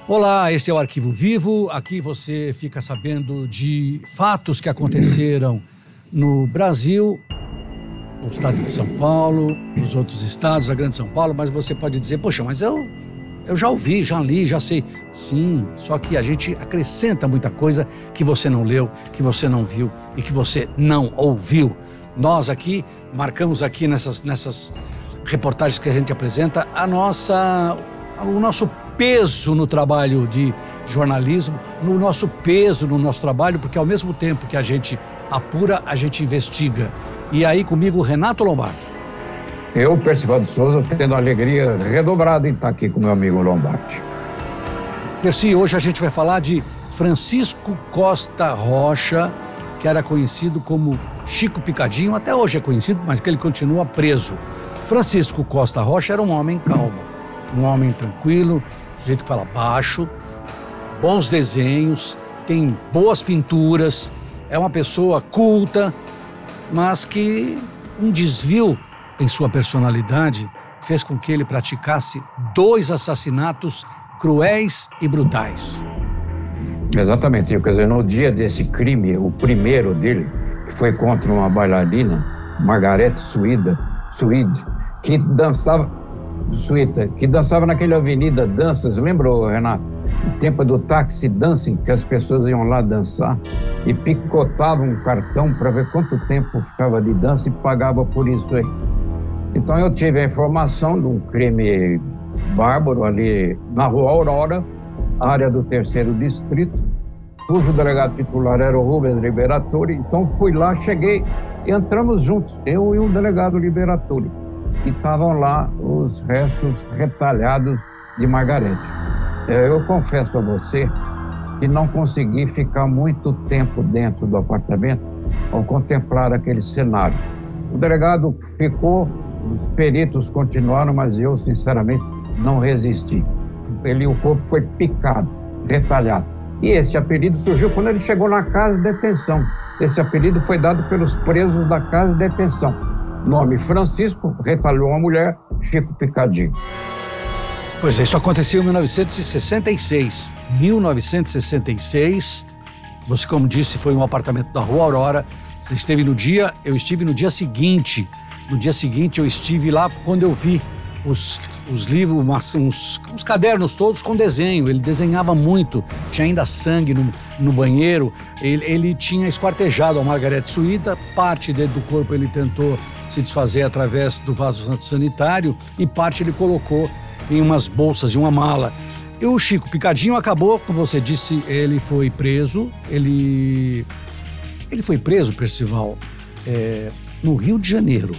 Olá, esse é o Arquivo Vivo. Aqui você fica sabendo de fatos que aconteceram no Brasil, no estado de São Paulo, nos outros estados da Grande São Paulo, mas você pode dizer, poxa, mas eu já ouvi, já li, já sei. Sim, só que a gente acrescenta muita coisa que você não leu, que você não viu e que você não ouviu. Nós aqui, marcamos aqui nessas reportagens que a gente apresenta, o nosso peso no trabalho de jornalismo, no nosso peso no nosso trabalho, porque ao mesmo tempo que a gente apura, a gente investiga. E aí comigo, Renato Lombardi. Eu, Percival de Souza, tendo a alegria redobrada em estar aqui com meu amigo Lombardi. Perci, hoje a gente vai falar de Francisco Costa Rocha, que era conhecido como Chico Picadinho, até hoje é conhecido, mas que ele continua preso. Francisco Costa Rocha era um homem calmo, um homem tranquilo, jeito que fala baixo, bons desenhos, tem boas pinturas, é uma pessoa culta, mas que um desvio em sua personalidade fez com que ele praticasse 2 assassinatos cruéis e brutais. Exatamente, quer dizer, no dia desse crime, o primeiro dele, que foi contra uma bailarina, Margarete Suíde, que dançava naquela avenida Danças, lembra, Renato? No tempo do Taxi Dancing, que as pessoas iam lá dançar e picotavam um cartão para ver quanto tempo ficava de dança e pagava por isso aí. Então eu tive a informação de um crime bárbaro ali na Rua Aurora, área do 3º Distrito, cujo delegado titular era o Rubens Liberatori. Então fui lá, cheguei e entramos juntos, eu e o delegado Liberatori. E estavam lá os restos retalhados de Margarete. Eu confesso a você que não consegui ficar muito tempo dentro do apartamento ao contemplar aquele cenário. O delegado ficou, os peritos continuaram, mas eu, sinceramente, não resisti. O corpo foi picado, retalhado. E esse apelido surgiu quando ele chegou na casa de detenção. Esse apelido foi dado pelos presos da casa de detenção. Nome Francisco, retalhou a mulher, Chico Picadinho. Pois é, isso aconteceu em 1966. 1966, você, como disse, foi um apartamento da Rua Aurora. Você esteve no dia, eu estive no dia seguinte. No dia seguinte eu estive lá quando eu vi os livros, uns cadernos todos com desenho. Ele desenhava muito, tinha ainda sangue no banheiro. Ele tinha esquartejado a Margarete Suíde, parte do corpo ele tentou se desfazer através do vaso sanitário e parte ele colocou em umas bolsas de uma mala. E o Chico Picadinho acabou, como você disse, ele foi preso. Ele foi preso, Percival, no Rio de Janeiro.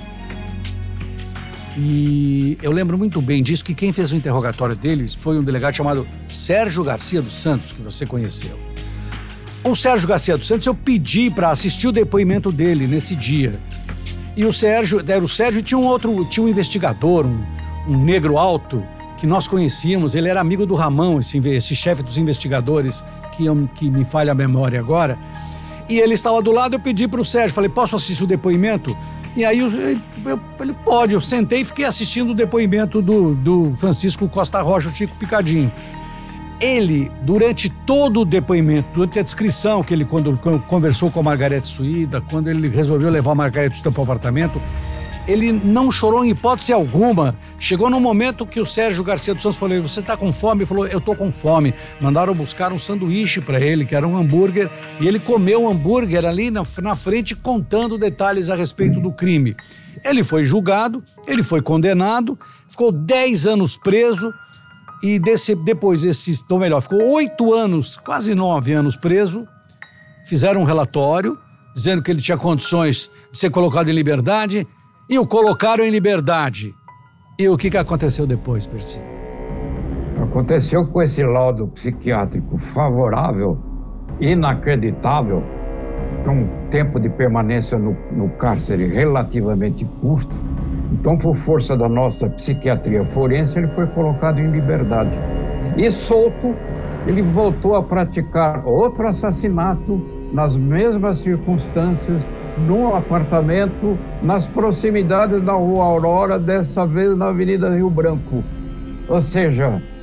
E eu lembro muito bem disso, que quem fez o interrogatório dele foi um delegado chamado Sérgio Garcia dos Santos, que você conheceu. O Sérgio Garcia dos Santos, eu pedi para assistir o depoimento dele nesse dia. E o Sérgio tinha um investigador, um negro alto, que nós conhecíamos. Ele era amigo do Ramão, esse chefe dos investigadores, que me falha a memória agora. E ele estava do lado, eu pedi para o Sérgio, falei, posso assistir o depoimento? E aí ele pode, eu sentei e fiquei assistindo o depoimento do Francisco Costa Rocha, o Chico Picadinho. Ele, durante todo o depoimento, durante a descrição que ele, quando conversou com a Margarete Suíde, quando ele resolveu levar a Margarete para o apartamento, ele não chorou em hipótese alguma. Chegou num momento que o Sérgio Garcia dos Santos falou, você está com fome? Ele falou, eu estou com fome. Mandaram buscar um sanduíche para ele, que era um hambúrguer, e ele comeu o hambúrguer ali na frente, contando detalhes a respeito do crime. Ele foi julgado, ele foi condenado, ficou 10 anos preso, e ficou 8 anos, quase 9 anos preso. Fizeram um relatório dizendo que ele tinha condições de ser colocado em liberdade, e o colocaram em liberdade. E o que aconteceu depois, Percy? Aconteceu com esse laudo psiquiátrico favorável, inacreditável, com um tempo de permanência no cárcere relativamente curto. Então, por força da nossa psiquiatria forense, ele foi colocado em liberdade. E solto, ele voltou a praticar outro assassinato nas mesmas circunstâncias, num apartamento nas proximidades da Rua Aurora, dessa vez na Avenida Rio Branco. Ou seja,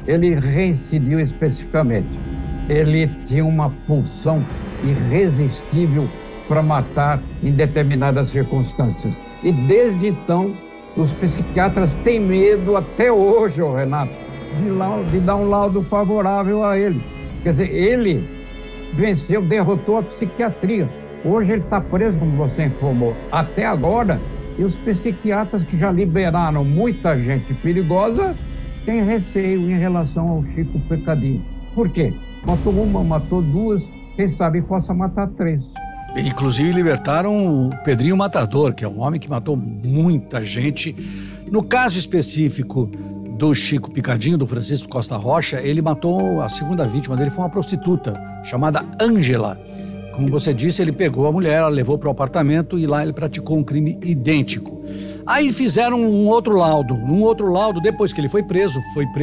ele reincidiu especificamente. Ele tinha uma pulsão irresistível para matar em determinadas circunstâncias. E desde então, os psiquiatras têm medo até hoje, Renato, de dar um laudo favorável a ele. Quer dizer, ele venceu, derrotou a psiquiatria. Hoje ele está preso, como você informou, até agora, e os psiquiatras que já liberaram muita gente perigosa têm receio em relação ao Chico Picadinho. Por quê? Matou uma, matou duas, quem sabe possa matar três. Inclusive libertaram o Pedrinho Matador, que é um homem que matou muita gente. No caso específico do Chico Picadinho, do Francisco Costa Rocha, ele matou, a segunda vítima dele foi uma prostituta, chamada Ângela. Como você disse, ele pegou a mulher, ela levou para o apartamento e lá ele praticou um crime idêntico. Aí fizeram um outro laudo, depois que ele foi preso,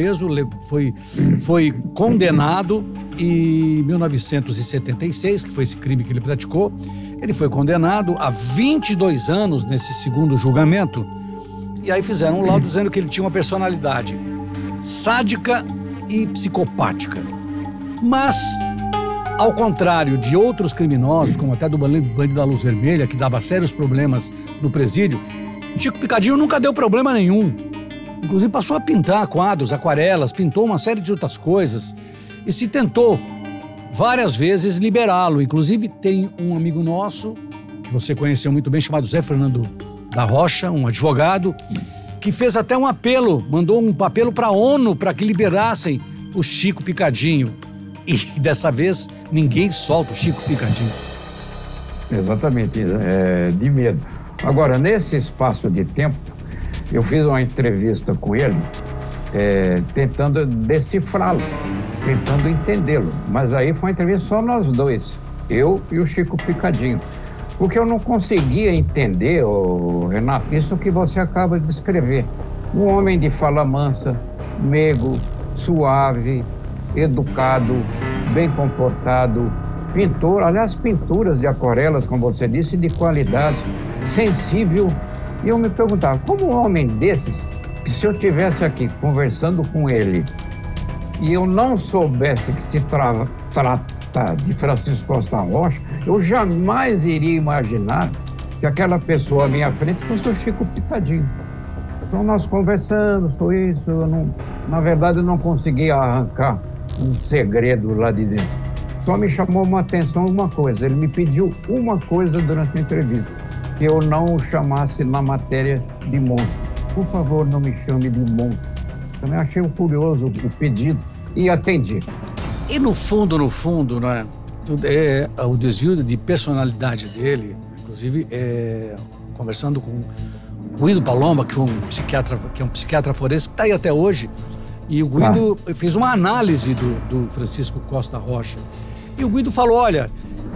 foi condenado em 1976, que foi esse crime que ele praticou. Ele foi condenado a 22 anos nesse segundo julgamento. E aí fizeram um laudo dizendo que ele tinha uma personalidade sádica e psicopática. Mas, ao contrário de outros criminosos, como até do Bandido da Luz Vermelha, que dava sérios problemas no presídio, Chico Picadinho nunca deu problema nenhum. Inclusive passou a pintar quadros, aquarelas, pintou uma série de outras coisas e se tentou várias vezes liberá-lo. Inclusive tem um amigo nosso, que você conheceu muito bem, chamado Zé Fernando da Rocha, um advogado, que fez até um apelo, mandou um apelo para a ONU para que liberassem o Chico Picadinho. E dessa vez ninguém solta o Chico Picadinho. Exatamente, de medo. Agora, nesse espaço de tempo, eu fiz uma entrevista com ele, tentando decifrá-lo, tentando entendê-lo. Mas aí foi uma entrevista só nós dois, eu e o Chico Picadinho. Porque eu não conseguia entender, Renato, isso que você acaba de descrever. Um homem de fala mansa, meigo, suave, educado, bem comportado, pintor, aliás, pinturas de aquarelas, como você disse, de qualidade, sensível. E eu me perguntava, como um homem desses, que se eu estivesse aqui conversando com ele e eu não soubesse que se trata de Francisco Costa Rocha, eu jamais iria imaginar que aquela pessoa à minha frente fosse o Chico Picadinho. Então nós conversamos, foi isso, na verdade eu não consegui arrancar um segredo lá de dentro. Só me chamou uma atenção uma coisa, ele me pediu uma coisa durante a entrevista, que eu não o chamasse na matéria de monstro. Por favor, não me chame de monstro. Também achei curioso o pedido e atendi. E no fundo, né, o desvio de personalidade dele, inclusive conversando com o Guido Palomba, que é um psiquiatra forense, que está aí até hoje, e o Guido fez uma análise do Francisco Costa Rocha. E o Guido falou, olha,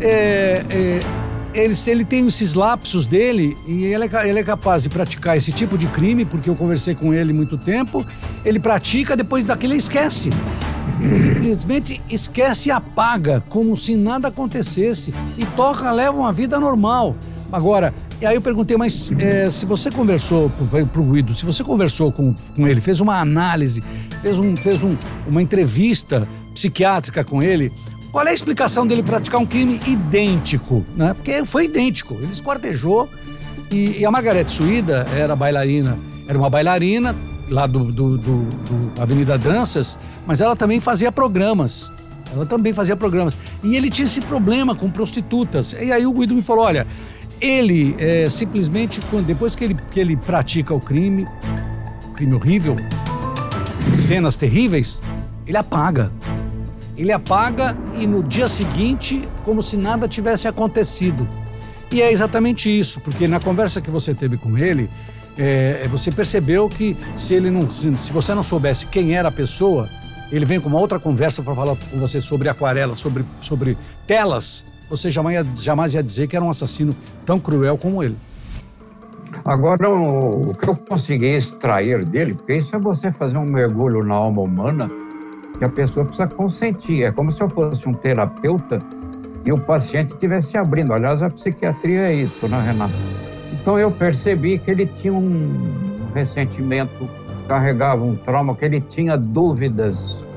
ele tem esses lapsos dele e ele é capaz de praticar esse tipo de crime, porque eu conversei com ele muito tempo, ele pratica, depois daquilo ele esquece. Simplesmente esquece e apaga, como se nada acontecesse, e leva uma vida normal. Agora, e aí eu perguntei, mas se você conversou pro Guido, se você conversou com ele, fez uma análise, fez uma entrevista psiquiátrica com ele, qual é a explicação dele praticar um crime idêntico, né? Porque foi idêntico, ele esquartejou, e a Margarete Suída era uma bailarina lá do Avenida Danças, mas ela também fazia programas. E ele tinha esse problema com prostitutas. E aí o Guido me falou, olha, ele simplesmente, depois que ele pratica o crime horrível, cenas terríveis, ele apaga. Ele apaga e no dia seguinte, como se nada tivesse acontecido. E é exatamente isso, porque na conversa que você teve com ele, você percebeu que se você não soubesse quem era a pessoa, ele vem com uma outra conversa para falar com você sobre aquarela, sobre telas, você jamais ia dizer que era um assassino tão cruel como ele. Agora, o que eu consegui extrair dele, porque isso é você fazer um mergulho na alma humana, que a pessoa precisa consentir. É como se eu fosse um terapeuta e o paciente estivesse abrindo. Aliás, a psiquiatria é isso, né, Renato? Então eu percebi que ele tinha um ressentimento, carregava um trauma, que ele tinha dúvidas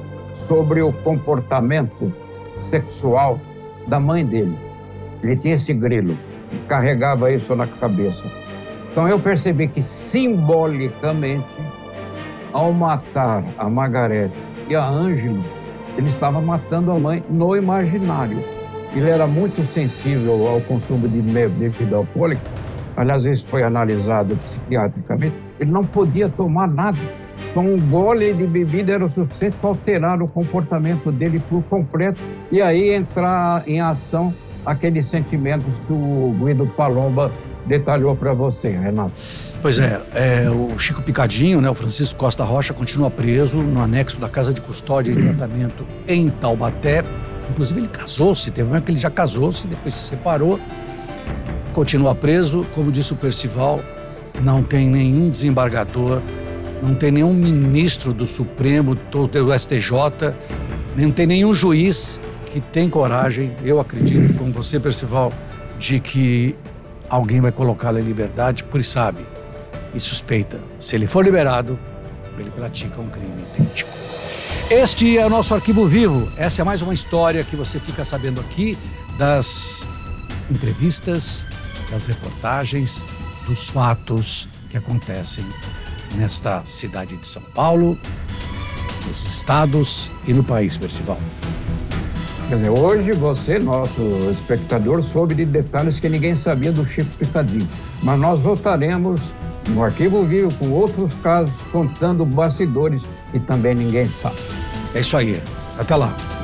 sobre o comportamento sexual da mãe dele. Ele tinha esse grilo, carregava isso na cabeça. Então eu percebi que simbolicamente, ao matar a Margarete e a Ângelo, ele estava matando a mãe no imaginário. Ele era muito sensível ao consumo de bebida alcoólica. Aliás, isso foi analisado psiquiatricamente. Ele não podia tomar nada. Então, um gole de bebida era o suficiente para alterar o comportamento dele por completo e aí entrar em ação aqueles sentimentos que o Guido Palomba detalhou para você, Renato. Pois é, o Chico Picadinho, né, o Francisco Costa Rocha, continua preso no anexo da Casa de Custódia e Tratamento em Taubaté. Inclusive, ele casou-se, teve um momento que ele já casou-se, depois se separou, continua preso. Como disse o Percival, não tem nenhum desembargador, não tem nenhum ministro do Supremo, do STJ, não tem nenhum juiz que tem coragem, eu acredito, como você, Percival, de que alguém vai colocá-lo em liberdade, porque sabe e suspeita, se ele for liberado, ele pratica um crime idêntico. Este é o nosso Arquivo Vivo. Essa é mais uma história que você fica sabendo aqui das entrevistas, das reportagens, dos fatos que acontecem nesta cidade de São Paulo, nos estados e no país, Percival. Quer dizer, hoje você, nosso espectador, soube de detalhes que ninguém sabia do Chico Picadinho. Mas nós voltaremos no Arquivo Vivo com outros casos, contando bastidores que também ninguém sabe. É isso aí. Até lá.